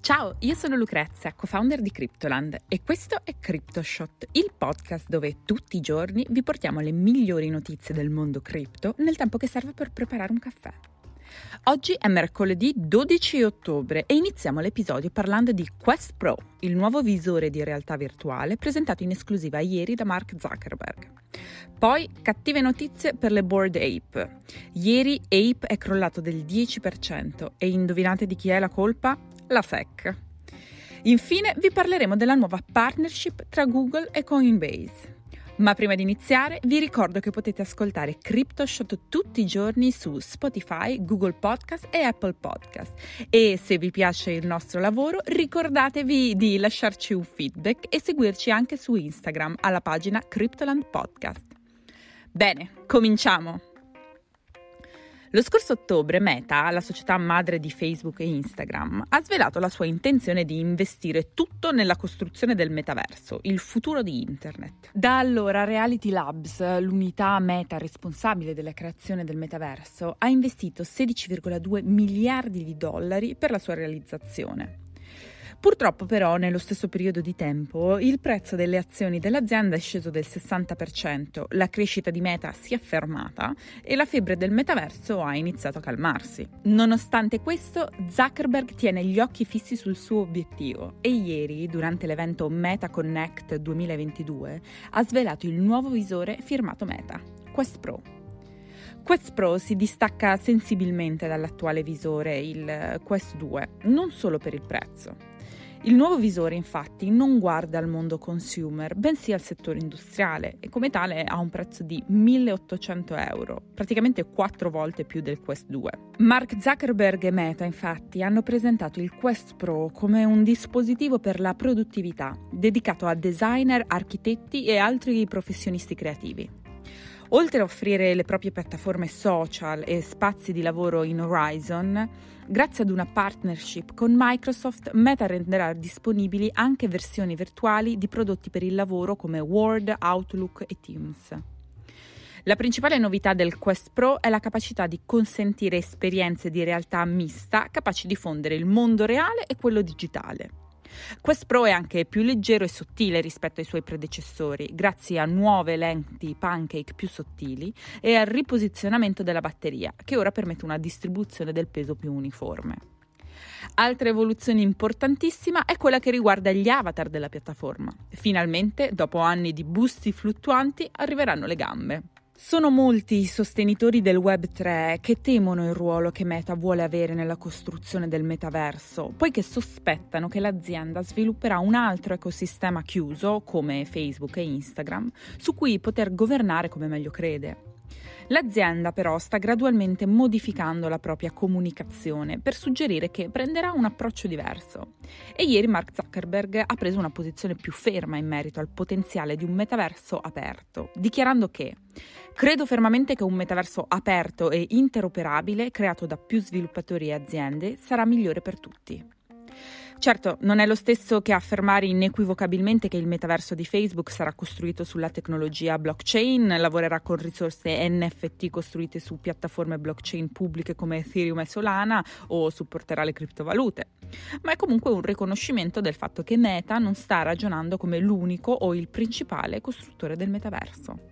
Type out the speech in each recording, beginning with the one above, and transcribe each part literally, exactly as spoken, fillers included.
Ciao, io sono Lucrezia, co-founder di Cryptoland e questo è CryptoShot, il podcast dove tutti i giorni vi portiamo le migliori notizie del mondo cripto nel tempo che serve per preparare un caffè. Oggi è mercoledì dodici ottobre e iniziamo l'episodio parlando di Quest Pro, il nuovo visore di realtà virtuale presentato in esclusiva ieri da Mark Zuckerberg. Poi cattive notizie per le Bored Ape. Ieri Ape è crollato del dieci per cento e indovinate di chi è la colpa? La S E C. Infine vi parleremo della nuova partnership tra Google e Coinbase. Ma prima di iniziare vi ricordo che potete ascoltare CryptoShot tutti i giorni su Spotify, Google Podcast e Apple Podcast. E se vi piace il nostro lavoro ricordatevi di lasciarci un feedback e seguirci anche su Instagram alla pagina Cryptoland Podcast. Bene, cominciamo! Lo scorso ottobre Meta, la società madre di Facebook e Instagram, ha svelato la sua intenzione di investire tutto nella costruzione del metaverso, il futuro di Internet. Da allora Reality Labs, l'unità Meta responsabile della creazione del metaverso, ha investito sedici virgola due miliardi di dollari per la sua realizzazione. Purtroppo però nello stesso periodo di tempo il prezzo delle azioni dell'azienda è sceso del sessanta per cento, la crescita di Meta si è fermata e la febbre del metaverso ha iniziato a calmarsi. Nonostante questo, Zuckerberg tiene gli occhi fissi sul suo obiettivo e ieri, durante l'evento Meta Connect duemilaventidue, ha svelato il nuovo visore firmato Meta, Quest Pro. Quest Pro si distacca sensibilmente dall'attuale visore, il Quest due, non solo per il prezzo. Il nuovo visore infatti non guarda al mondo consumer, bensì al settore industriale e come tale ha un prezzo di milleottocento euro, praticamente quattro volte più del Quest due. Mark Zuckerberg e Meta infatti hanno presentato il Quest Pro come un dispositivo per la produttività, dedicato a designer, architetti e altri professionisti creativi. Oltre a offrire le proprie piattaforme social e spazi di lavoro in Horizon, grazie ad una partnership con Microsoft, Meta renderà disponibili anche versioni virtuali di prodotti per il lavoro come Word, Outlook e Teams. La principale novità del Quest Pro è la capacità di consentire esperienze di realtà mista capaci di fondere il mondo reale e quello digitale. Quest Pro è anche più leggero e sottile rispetto ai suoi predecessori, grazie a nuove lenti pancake più sottili e al riposizionamento della batteria, che ora permette una distribuzione del peso più uniforme. Altra evoluzione importantissima è quella che riguarda gli avatar della piattaforma. Finalmente, dopo anni di busti fluttuanti, arriveranno le gambe. Sono molti i sostenitori del web tre che temono il ruolo che Meta vuole avere nella costruzione del metaverso, poiché sospettano che l'azienda svilupperà un altro ecosistema chiuso, come Facebook e Instagram, su cui poter governare come meglio crede. L'azienda però sta gradualmente modificando la propria comunicazione per suggerire che prenderà un approccio diverso. E ieri Mark Zuckerberg ha preso una posizione più ferma in merito al potenziale di un metaverso aperto, dichiarando che «Credo fermamente che un metaverso aperto e interoperabile, creato da più sviluppatori e aziende, sarà migliore per tutti». Certo, non è lo stesso che affermare inequivocabilmente che il metaverso di Facebook sarà costruito sulla tecnologia blockchain, lavorerà con risorse N F T costruite su piattaforme blockchain pubbliche come Ethereum e Solana o supporterà le criptovalute. Ma è comunque un riconoscimento del fatto che Meta non sta ragionando come l'unico o il principale costruttore del metaverso.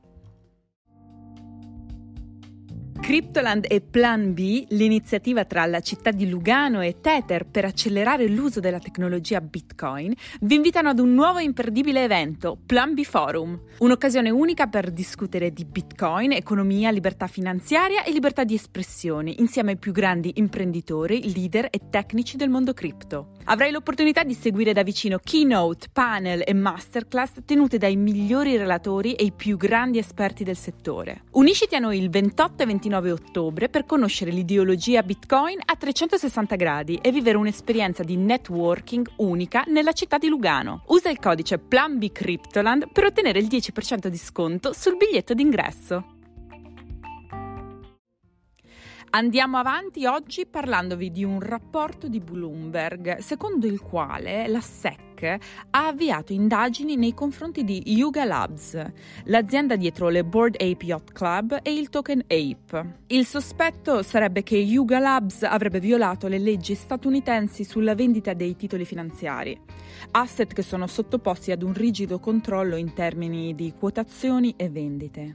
Cryptoland e Plan B, l'iniziativa tra la città di Lugano e Tether per accelerare l'uso della tecnologia Bitcoin, vi invitano ad un nuovo imperdibile evento, Plan B Forum, un'occasione unica per discutere di Bitcoin, economia, libertà finanziaria e libertà di espressione, insieme ai più grandi imprenditori, leader e tecnici del mondo cripto. Avrai l'opportunità di seguire da vicino keynote, panel e masterclass tenute dai migliori relatori e i più grandi esperti del settore. Unisciti a noi il ventotto e ventinove ottobre per conoscere l'ideologia Bitcoin a trecentosessanta gradi e vivere un'esperienza di networking unica nella città di Lugano. Usa il codice Plan B Cryptoland per ottenere il dieci per cento di sconto sul biglietto d'ingresso. Andiamo avanti oggi parlandovi di un rapporto di Bloomberg, secondo il quale la S E C ha avviato indagini nei confronti di Yuga Labs, l'azienda dietro le Bored Ape Yacht Club e il token Ape. Il sospetto sarebbe che Yuga Labs avrebbe violato le leggi statunitensi sulla vendita dei titoli finanziari, asset che sono sottoposti ad un rigido controllo in termini di quotazioni e vendite.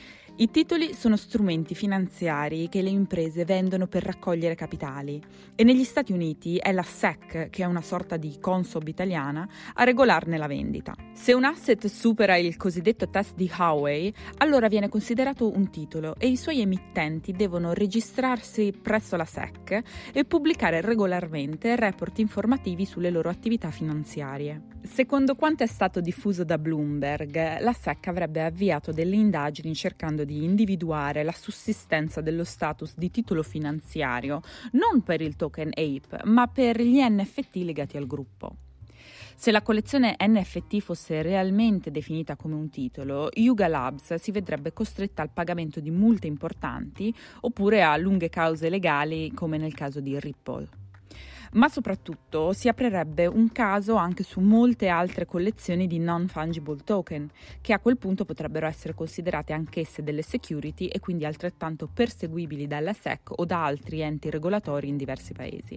I titoli sono strumenti finanziari che le imprese vendono per raccogliere capitali e negli Stati Uniti è la S E C, che è una sorta di Consob italiana, a regolarne la vendita. Se un asset supera il cosiddetto test di Howey, allora viene considerato un titolo e i suoi emittenti devono registrarsi presso la S E C e pubblicare regolarmente report informativi sulle loro attività finanziarie. Secondo quanto è stato diffuso da Bloomberg, la S E C avrebbe avviato delle indagini cercando di di individuare la sussistenza dello status di titolo finanziario non per il token Ape, ma per gli N F T legati al gruppo. Se la collezione N F T fosse realmente definita come un titolo, Yuga Labs si vedrebbe costretta al pagamento di multe importanti oppure a lunghe cause legali come nel caso di Ripple. Ma soprattutto si aprirebbe un caso anche su molte altre collezioni di non-fungible token, che a quel punto potrebbero essere considerate anch'esse delle security e quindi altrettanto perseguibili dalla S E C o da altri enti regolatori in diversi paesi.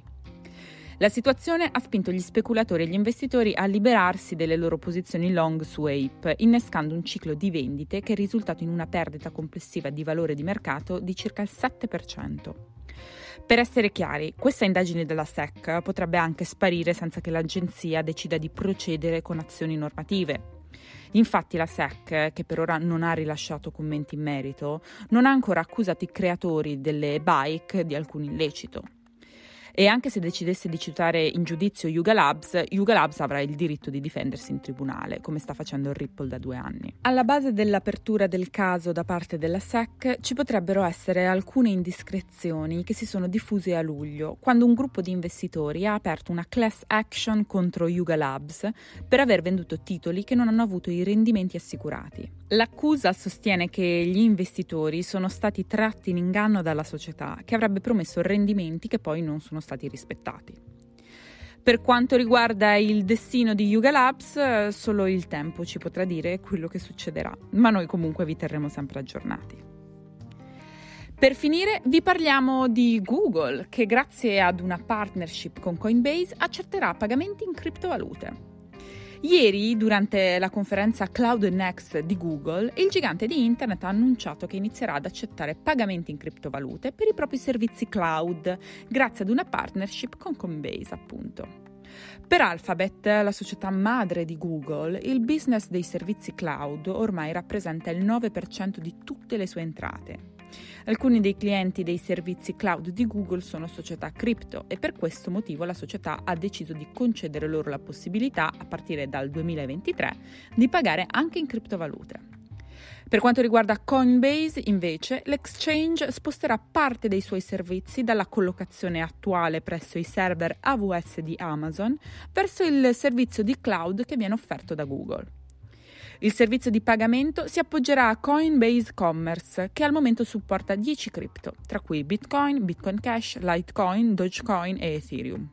La situazione ha spinto gli speculatori e gli investitori a liberarsi delle loro posizioni long su Ape, innescando un ciclo di vendite che è risultato in una perdita complessiva di valore di mercato di circa il sette per cento. Per essere chiari, questa indagine della S E C potrebbe anche sparire senza che l'agenzia decida di procedere con azioni normative. Infatti la S E C, che per ora non ha rilasciato commenti in merito, non ha ancora accusato i creatori delle bike di alcun illecito. E anche se decidesse di citare in giudizio Yuga Labs, Yuga Labs avrà il diritto di difendersi in tribunale, come sta facendo Ripple da due anni. Alla base dell'apertura del caso da parte della S E C ci potrebbero essere alcune indiscrezioni che si sono diffuse a luglio, quando un gruppo di investitori ha aperto una class action contro Yuga Labs per aver venduto titoli che non hanno avuto i rendimenti assicurati. L'accusa sostiene che gli investitori sono stati tratti in inganno dalla società, che avrebbe promesso rendimenti che poi non sono stati rispettati. Per quanto riguarda il destino di Yuga Labs, solo il tempo ci potrà dire quello che succederà, ma noi comunque vi terremo sempre aggiornati. Per finire vi parliamo di Google, che grazie ad una partnership con Coinbase accetterà pagamenti in criptovalute. Ieri, durante la conferenza Cloud Next di Google, il gigante di Internet ha annunciato che inizierà ad accettare pagamenti in criptovalute per i propri servizi cloud, grazie ad una partnership con Coinbase, appunto. Per Alphabet, la società madre di Google, il business dei servizi cloud ormai rappresenta il nove per cento di tutte le sue entrate. Alcuni dei clienti dei servizi cloud di Google sono società cripto e per questo motivo la società ha deciso di concedere loro la possibilità, a partire dal duemilaventitré, di pagare anche in criptovalute. Per quanto riguarda Coinbase, invece, l'exchange sposterà parte dei suoi servizi dalla collocazione attuale presso i server A W S di Amazon verso il servizio di cloud che viene offerto da Google. Il servizio di pagamento si appoggerà a Coinbase Commerce, che al momento supporta dieci cripto, tra cui Bitcoin, Bitcoin Cash, Litecoin, Dogecoin e Ethereum.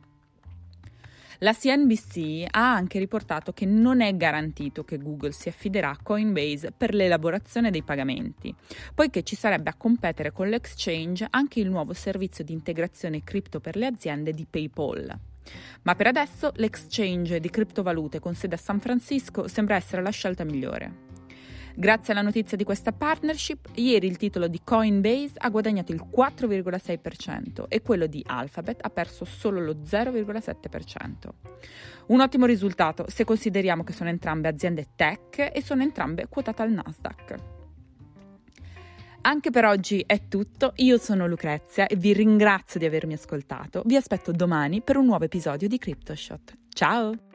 La C N B C ha anche riportato che non è garantito che Google si affiderà a Coinbase per l'elaborazione dei pagamenti, poiché ci sarebbe a competere con l'exchange anche il nuovo servizio di integrazione cripto per le aziende di PayPal. Ma per adesso l'exchange di criptovalute con sede a San Francisco sembra essere la scelta migliore. Grazie alla notizia di questa partnership, ieri il titolo di Coinbase ha guadagnato il quattro virgola sei per cento e quello di Alphabet ha perso solo lo zero virgola sette per cento. Un ottimo risultato se consideriamo che sono entrambe aziende tech e sono entrambe quotate al Nasdaq. Anche per oggi è tutto, io sono Lucrezia e vi ringrazio di avermi ascoltato. Vi aspetto domani per un nuovo episodio di CryptoShot. Ciao!